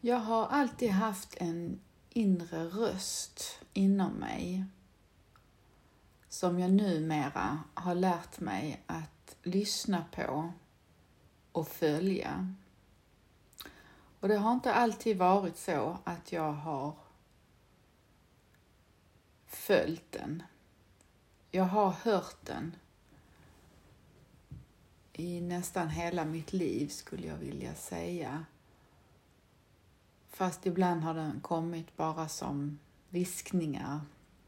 Jag har alltid haft en inre röst inom mig som jag numera har lärt mig att lyssna på och följa. Och det har inte alltid varit så att jag har följt den. Jag har hört den i nästan hela mitt liv, skulle jag vilja säga. Fast ibland har den kommit bara som viskningar.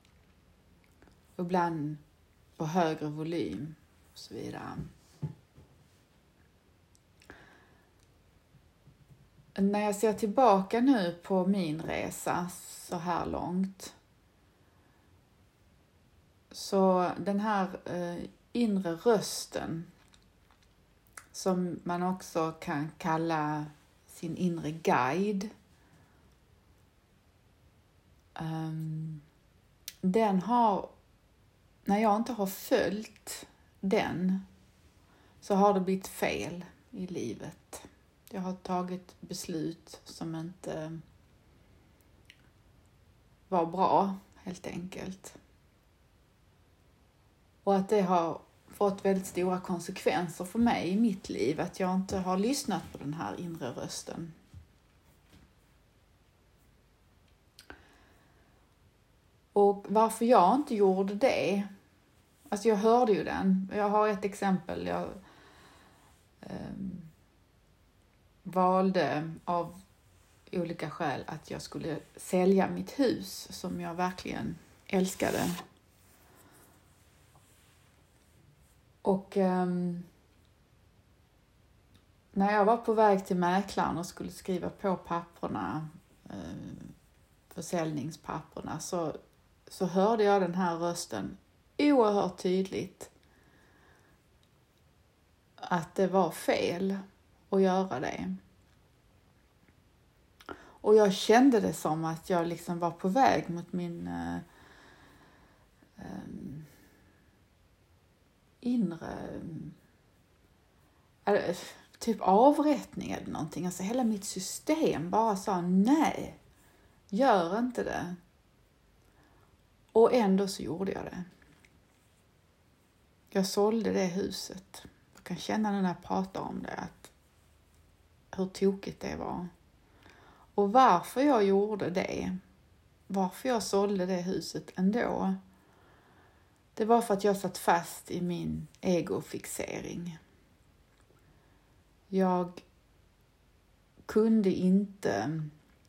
Ibland på högre volym och så vidare. När jag ser tillbaka nu på min resa så här långt, så den här inre rösten, som man också kan kalla sin inre guide, den har, när jag inte har följt den, så har det blivit fel i livet. Jag har tagit beslut som inte var bra, helt enkelt. Och att det har fått väldigt stora konsekvenser för mig i mitt liv, att jag inte har lyssnat på den här inre rösten. Och varför jag inte gjorde det, alltså jag hörde ju den. Jag har ett exempel. Jag valde av olika skäl att jag skulle sälja mitt hus som jag verkligen älskade. Och när jag var på väg till mäklaren och skulle skriva på papperna, försäljningspapperna, så hörde jag den här rösten oerhört tydligt att det var fel att göra det. Och jag kände det som att jag liksom var på väg mot min inre typ avrättning eller någonting. Alltså hela mitt system bara sa nej, gör inte det. Och ändå så gjorde jag det. Jag sålde det huset. Jag kan känna nu när jag pratar om det att hur tokigt det var. Och varför jag gjorde det, varför jag sålde det huset ändå, det var för att jag satt fast i min egofixering. Jag kunde inte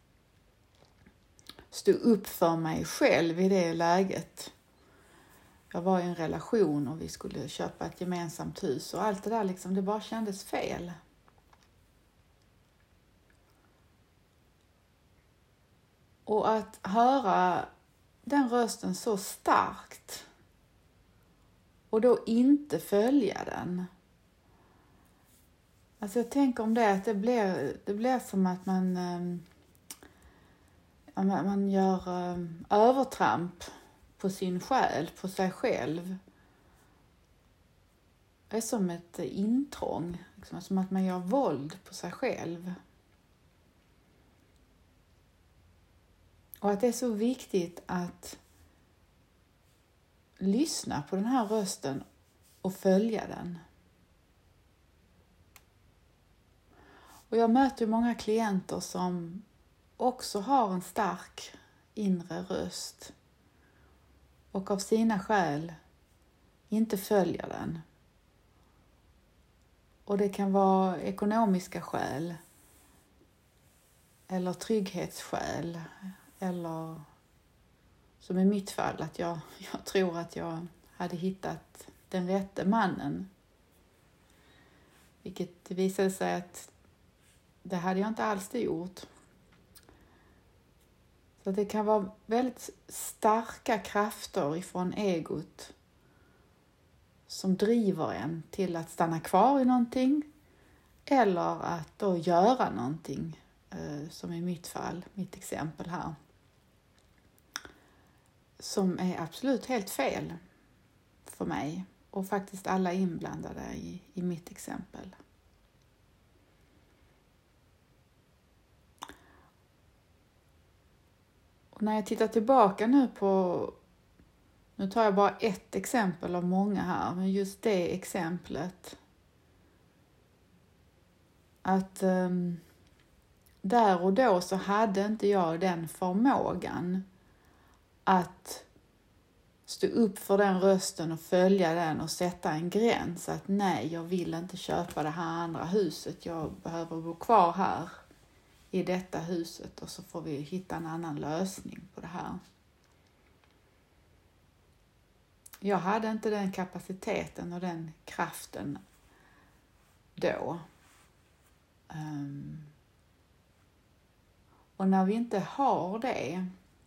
stå upp för mig själv i det läget. Jag var i en relation och vi skulle köpa ett gemensamt hus och allt det där liksom, det bara kändes fel. Och att höra den rösten så starkt och då inte följa den. Alltså jag tänker om det att det blir som att man gör övertramp på sin själ, på sig själv. Det är som ett intrång, liksom, som att man gör våld på sig själv. Och att det är så viktigt att lyssna på den här rösten och följa den. Och jag möter ju många klienter som också har en stark inre röst och av sina skäl inte följer den. Och det kan vara ekonomiska skäl eller trygghetsskäl eller som i mitt fall att jag tror att jag hade hittat den rätte mannen. Vilket det visade sig att det hade jag inte alls det gjort. Så det kan vara väldigt starka krafter ifrån egot som driver en till att stanna kvar i någonting eller att då göra någonting, som i mitt fall, mitt exempel här, som är absolut helt fel för mig och faktiskt alla inblandade i mitt exempel. Och när jag tittar tillbaka nu tar jag bara ett exempel av många här, men just det exemplet. Att där och då så hade inte jag den förmågan att stå upp för den rösten och följa den och sätta en gräns. Att nej, jag vill inte köpa det här andra huset. Jag behöver bo kvar här i detta huset och så får vi hitta en annan lösning på det här. Jag hade inte den kapaciteten och den kraften då. Och när vi inte har det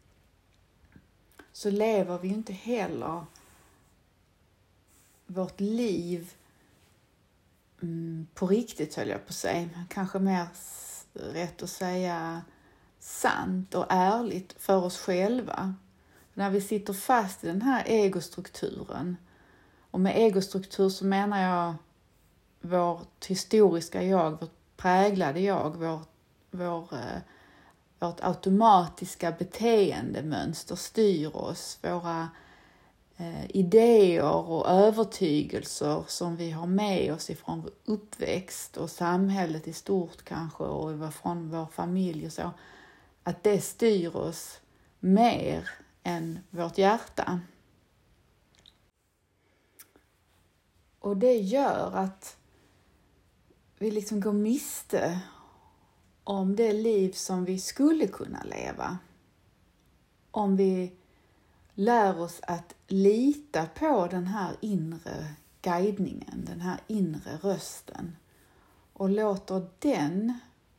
så lever vi inte heller vårt liv på riktigt, höll jag på att säga. Kanske mer rätt att säga sant och ärligt för oss själva. När vi sitter fast i den här egostrukturen, och med egostruktur så menar jag vårt historiska jag, vårt präglade jag, vårt automatiska beteendemönster styr oss, våra idéer och övertygelser som vi har med oss ifrån uppväxt och samhället i stort kanske, och från vår familj och så, att det styr oss mer än vårt hjärta. Och det gör att vi liksom går miste om det liv som vi skulle kunna leva. Om vi lär oss att lita på den här inre guidningen, den här inre rösten, och låter den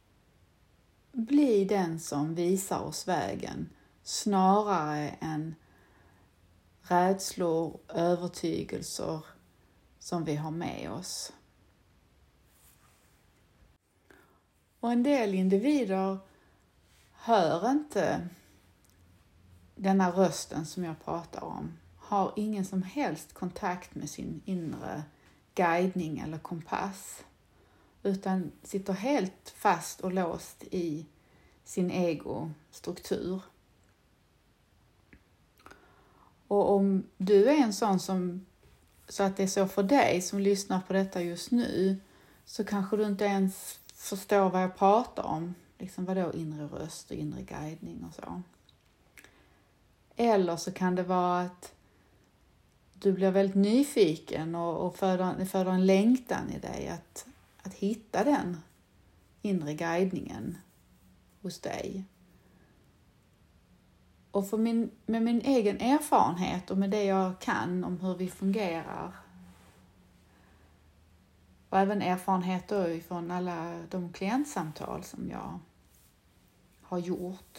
bli den som visar oss vägen, snarare än rädslor, övertygelser som vi har med oss. Och en del individer hör inte denna rösten som jag pratar om, har ingen som helst kontakt med sin inre guidning eller kompass, utan sitter helt fast och låst i sin egostruktur. Och om du är en sån som, så att det är så för dig som lyssnar på detta just nu, så kanske du inte ens förstår vad jag pratar om. Liksom vadå inre röst och inre guidning och så. Eller så kan det vara att du blir väldigt nyfiken och föder en längtan i dig att hitta den inre guidningen hos dig. Och med min egen erfarenhet och med det jag kan om hur vi fungerar, och även erfarenheter från alla de klientsamtal som jag har gjort,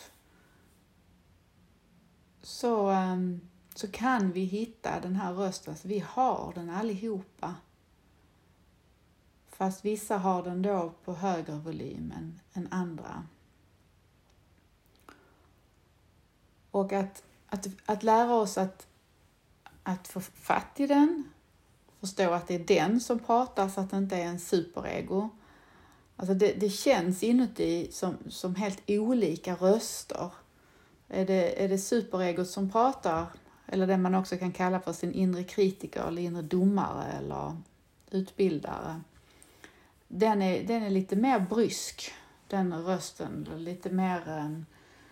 så kan vi hitta den här rösten. Så vi har den allihopa. Fast vissa har den då på högre volym än andra. Och att lära oss att få fatt i den, förstå att det är den som pratar, så att det inte är en superego. Alltså det känns inuti som helt olika röster. Är det superegot som pratar, eller det man också kan kalla för sin inre kritiker eller inre domare eller utbildare. Den är lite mer brysk, den rösten, lite mer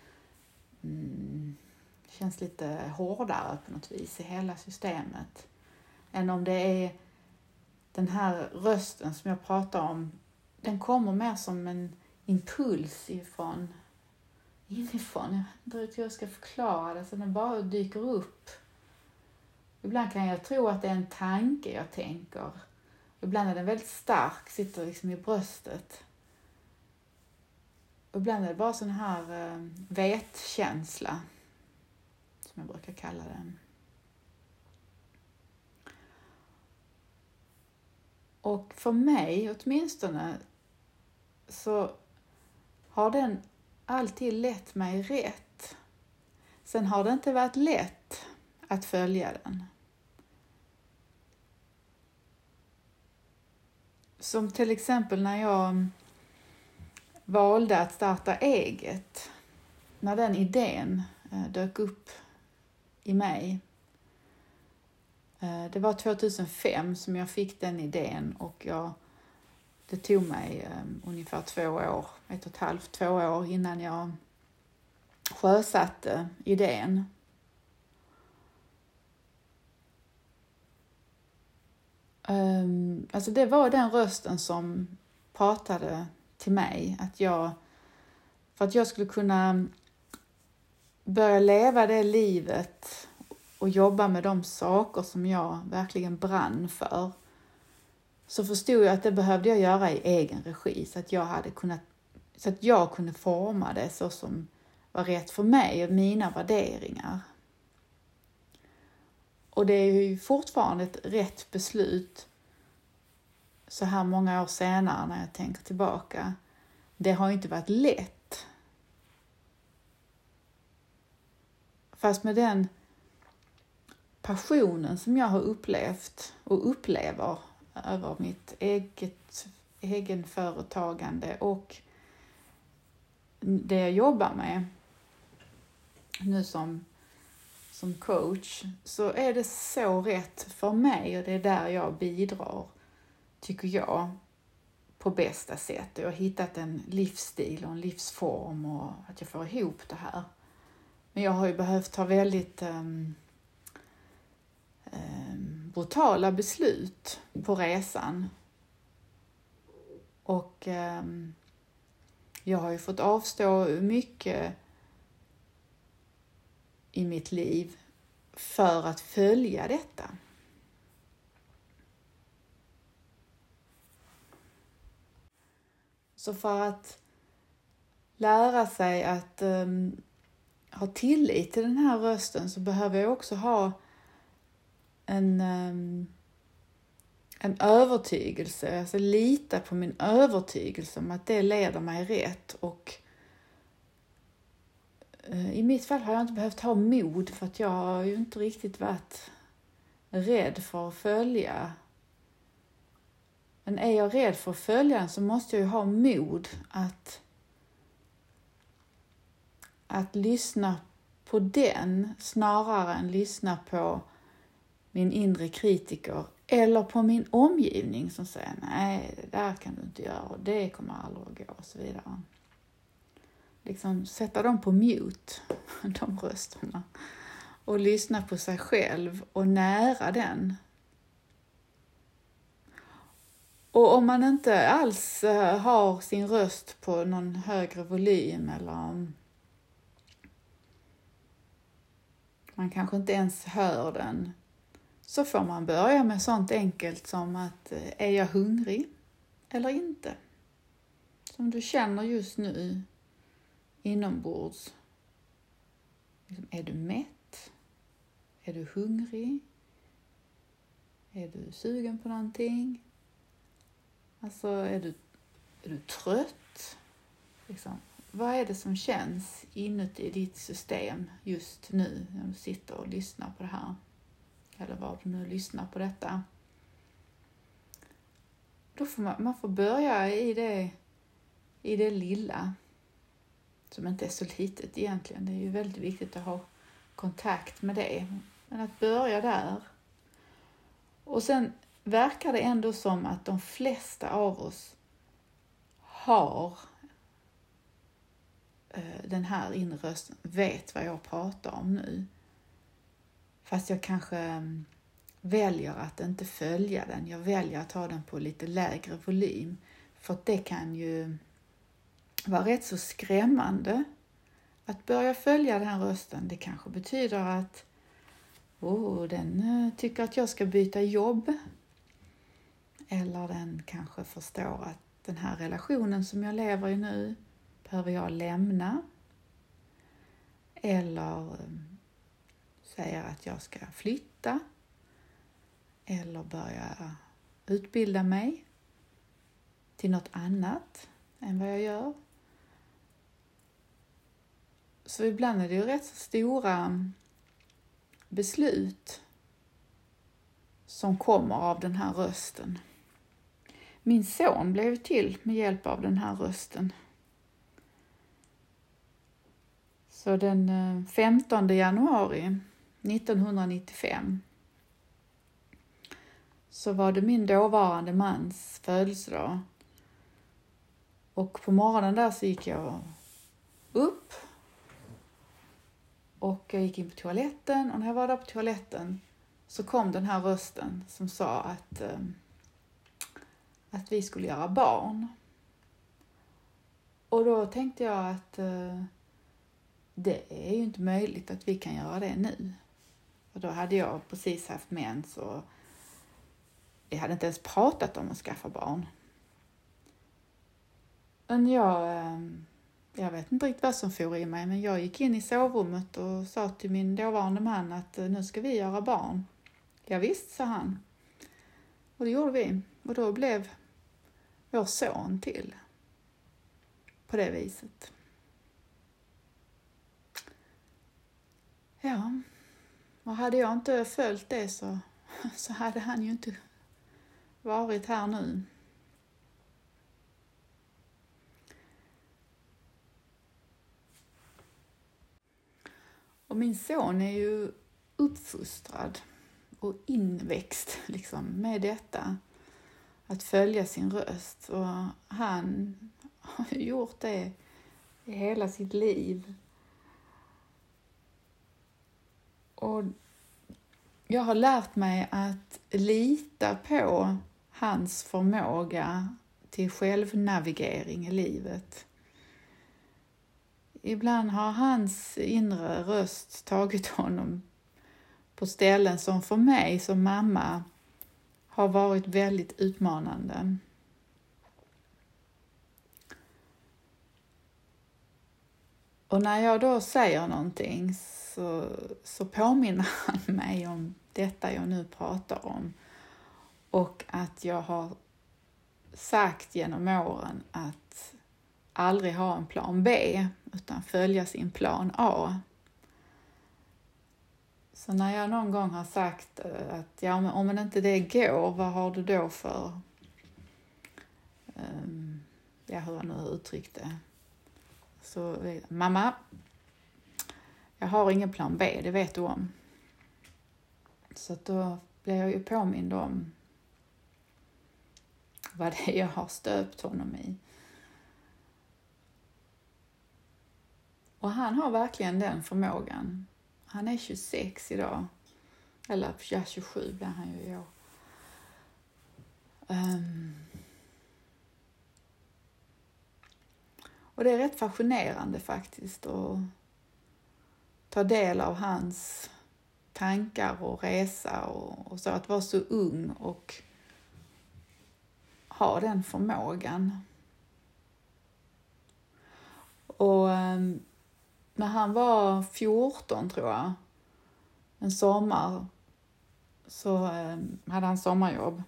känns lite hårdare på något vis i hela systemet. Än om det är den här rösten som jag pratar om, den kommer mer som en impuls inifrån. Jag vet inte hur jag ska förklara det, så den bara dyker upp. Ibland kan jag tro att det är en tanke jag tänker. Ibland är den väldigt stark, sitter liksom i bröstet. Och ibland är det bara sån här vetkänsla, som jag brukar kalla den. Och för mig åtminstone så har den alltid lett mig rätt. Sen har det inte varit lätt att följa den. Som till exempel när jag valde att starta eget. När den idén dök upp i mig. Det var 2005 som jag fick den idén och det tog mig ungefär 2 år, 1,5-2 år innan jag sjösatte idén. Alltså det var den rösten som pratade till mig för att jag skulle kunna börja leva det livet och jobba med de saker som jag verkligen brann för, så förstod jag att det behövde jag göra i egen regi, så att jag kunde forma det så som var rätt för mig och mina värderingar. Och det är ju fortfarande ett rätt beslut så här många år senare när jag tänker tillbaka. Det har inte varit lätt. Fast med den passionen som jag har upplevt och upplever över mitt egenföretagande och det jag jobbar med nu som coach, så är det så rätt för mig och det är där jag bidrar, tycker jag, på bästa sätt. Jag har hittat en livsstil och en livsform och att jag får ihop det här. Men jag har ju behövt ta väldigt brutala beslut på resan. Och jag har ju fått avstå mycket i mitt liv för att följa detta. Så för att lära sig att ha tillit till den här rösten så behöver jag också ha en övertygelse, alltså lita på min övertygelse om att det leder mig rätt. Och i mitt fall har jag inte behövt ha mod, för att jag har ju inte riktigt varit rädd för att följa. Men är jag rädd för att följa den så måste jag ju ha mod att lyssna på den snarare än lyssna på min inre kritiker eller på min omgivning som säger nej, det där kan du inte göra och det kommer aldrig att gå och så vidare. Liksom sätta dem på mute, de rösterna, och lyssna på sig själv och nära den. Och om man inte alls har sin röst på någon högre volym eller man kanske inte ens hör den, så får man börja med sånt enkelt som att är jag hungrig eller inte? Som du känner just nu inombords. Är du mätt? Är du hungrig? Är du sugen på någonting? Alltså är du trött? Liksom, vad är det som känns inuti ditt system just nu när du sitter och lyssnar på det här? Eller var du nu lyssnar på detta. Då får man får börja i det lilla. Som inte är så litet egentligen. Det är ju väldigt viktigt att ha kontakt med det. Men att börja där. Och sen verkar det ändå som att de flesta av oss har den här inre rösten, vet vad jag pratar om nu. Fast jag kanske väljer att inte följa den. Jag väljer att ha den på lite lägre volym. För att det kan ju vara rätt så skrämmande att börja följa den här rösten. Det kanske betyder att den tycker att jag ska byta jobb. Eller den kanske förstår att den här relationen som jag lever i nu behöver jag lämna. Eller säger att jag ska flytta. Eller börja utbilda mig till något annat än vad jag gör. Så ibland är det ju rätt så stora beslut som kommer av den här rösten. Min son blev till med hjälp av den här rösten. Så den 15 januari 1995 så var det min dåvarande mans födelsedag. Och på morgonen där så gick jag upp och jag gick in på toaletten. Och när jag var där på toaletten så kom den här rösten som sa att vi skulle göra barn. Och då tänkte jag att det är ju inte möjligt att vi kan göra det nu. Och då hade jag precis haft mens och jag hade inte ens pratat om att skaffa barn. Men jag vet inte riktigt vad som for i mig, men jag gick in i sovrummet och sa till min dåvarande man att nu ska vi göra barn. Ja visst, sa han. Och det gjorde vi. Och då blev vår son till. På det viset. Ja, och hade jag inte följt det så hade han ju inte varit här nu. Och min son är ju uppfostrad och inväxt liksom med detta. Att följa sin röst. Och han har ju gjort det i hela sitt liv. Och jag har lärt mig att lita på hans förmåga till självnavigering i livet. Ibland har hans inre röst tagit honom på ställen som för mig som mamma har varit väldigt utmanande. Och när jag då säger någonting så påminner han mig om detta jag nu pratar om. Och att jag har sagt genom åren att aldrig ha en plan B utan följa sin plan A. Så när jag någon gång har sagt att ja, men om inte det går, vad har du då för hur jag nu uttryckte. Så mamma, jag har ingen plan B, det vet du om. Så då blir jag ju påmind om vad det är jag har stöpt honom i. Och han har verkligen den förmågan. Han är 26 idag. Eller 27 blir han ju i år. Och det är rätt fascinerande faktiskt att ta del av hans tankar och resa och så, att vara så ung och ha den förmågan. Och när han var 14 tror jag, en sommar, så hade han sommarjobb.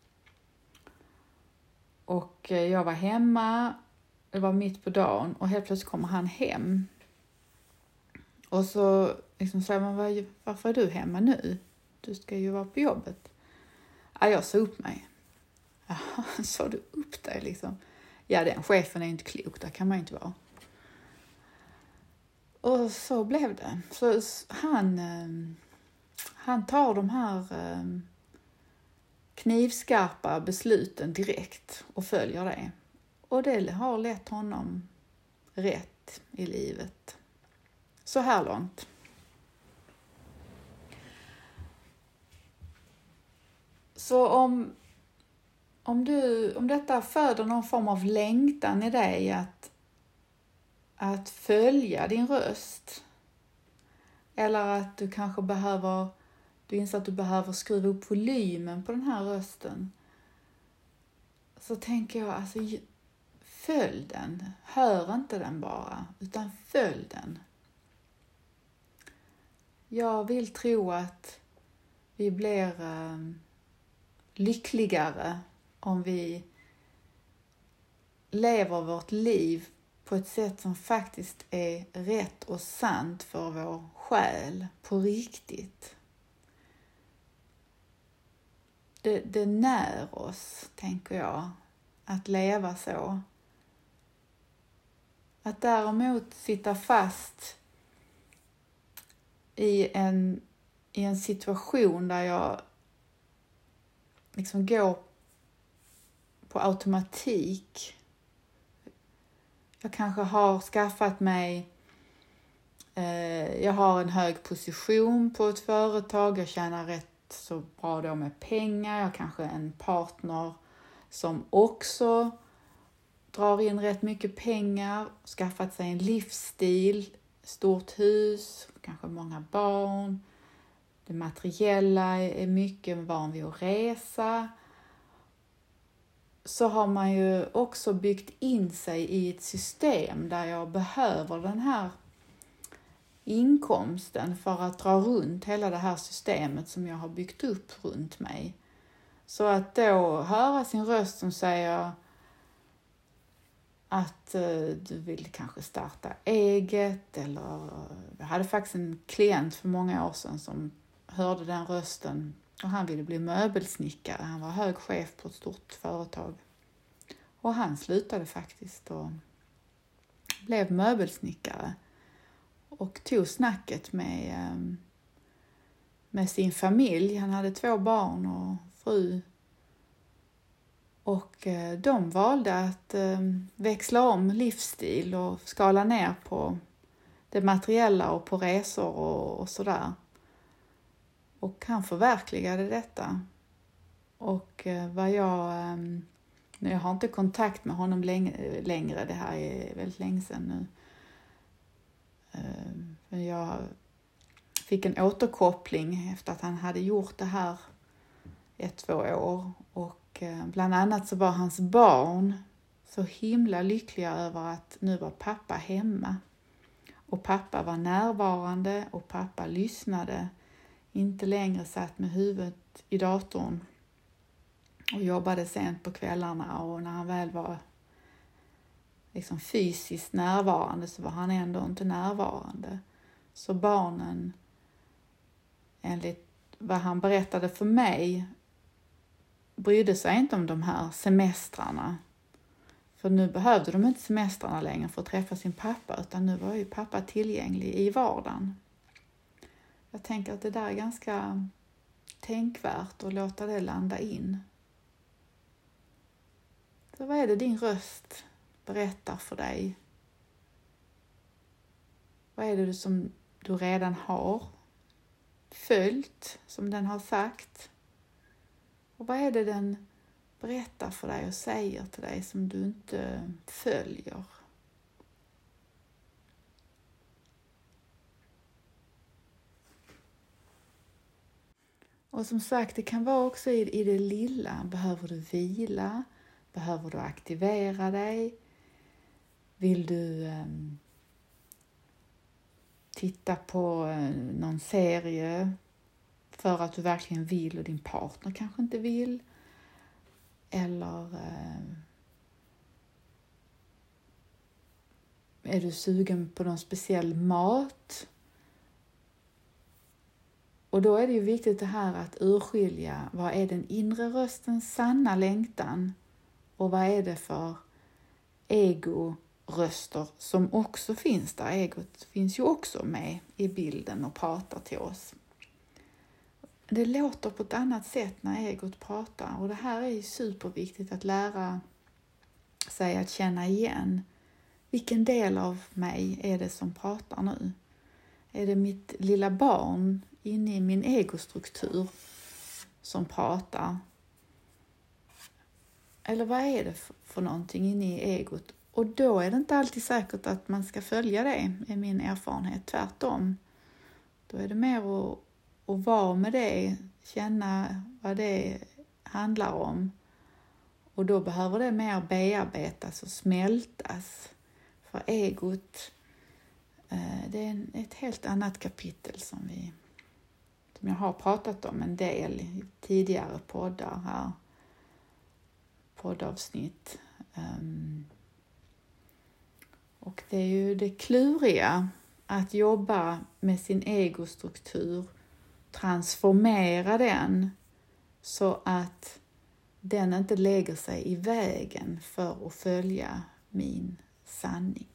Och jag var hemma, det var mitt på dagen och helt plötsligt kommer han hem. Och så liksom säger man, varför är du hemma nu? Du ska ju vara på jobbet. Ja, jag sa upp mig. Ja, sa du upp dig liksom? Ja, den chefen är inte klok, där kan man inte vara. Och så blev det. Så han tar de här knivskarpa besluten direkt och följer det. Och det har lett honom rätt i livet. Så här långt. Så om detta föder någon form av längtan i dig att följa din röst, eller att du kanske du inser att du behöver skruva upp volymen på den här rösten, så tänker jag, alltså, följ den. Hör inte den bara, utan följ den. Jag vill tro att vi blir lyckligare om vi lever vårt liv på ett sätt som faktiskt är rätt och sant för vår själ, på riktigt. Det när oss, tänker jag, att leva så. Att däremot sitta fast i en situation där jag liksom går på automatik. Jag kanske har skaffat mig, jag har en hög position på ett företag, jag tjänar rätt så bra då med pengar, jag kanske en partner som också drar in rätt mycket pengar, skaffat sig en livsstil, stort hus, kanske många barn. Det materiella är mycket, van vid att resa. Så har man ju också byggt in sig i ett system där jag behöver den här inkomsten för att dra runt hela det här systemet som jag har byggt upp runt mig. Så att då höra sin röst som säger att du vill kanske starta eget, eller jag hade faktiskt en klient för många år sedan som hörde den rösten och han ville bli möbelsnickare. Han var hög chef på ett stort företag och han slutade faktiskt och blev möbelsnickare och tog snacket med sin familj. Han hade 2 barn och fru. Och de valde att växla om livsstil och skala ner på det materiella och på resor och sådär. Och han förverkligade detta. Och jag har inte kontakt med honom längre, det här är väldigt länge sedan nu. Jag fick en återkoppling efter att han hade gjort det här 1-2 år. Och bland annat så var hans barn så himla lyckliga över att nu var pappa hemma. Och pappa var närvarande och pappa lyssnade. Inte längre satt med huvudet i datorn och jobbade sent på kvällarna. Och när han väl var liksom fysiskt närvarande så var han ändå inte närvarande. Så barnen, enligt vad han berättade för mig, brydde sig inte om de här semestrarna. För nu behövde de inte semestrarna längre för att träffa sin pappa, utan nu var ju pappa tillgänglig i vardagen. Jag tänker att det där är ganska tänkvärt att låta det landa in. Så vad är det din röst berättar för dig? Vad är det som du redan har följt, som den har sagt? Och vad är det den berättar för dig och säger till dig som du inte följer? Och som sagt, det kan vara också i det lilla. Behöver du vila? Behöver du aktivera dig? Vill du titta på någon serie för att du verkligen vill och din partner kanske inte vill? Eller är du sugen på någon speciell mat? Och då är det ju viktigt det här att urskilja vad är den inre röstens sanna längtan och vad är det för egoröster som också finns där. Egot finns ju också med i bilden och pratar till oss. Det låter på ett annat sätt när egot pratar och det här är ju superviktigt att lära sig att känna igen. Vilken del av mig är det som pratar nu? Är det mitt lilla barn inne i min egostruktur som pratar? Eller vad är det för någonting inne i egot? Och då är det inte alltid säkert att man ska följa det, är min erfarenhet. Tvärtom. Då är det mer att vara med det, känna vad det handlar om. Och då behöver det mer bearbetas och smältas. För egot, det är ett helt annat kapitel som jag har pratat om en del i tidigare poddar här. Poddavsnitt. Och det är ju det kluriga att jobba med sin egostruktur, transformera den så att den inte lägger sig i vägen för att följa min sanning.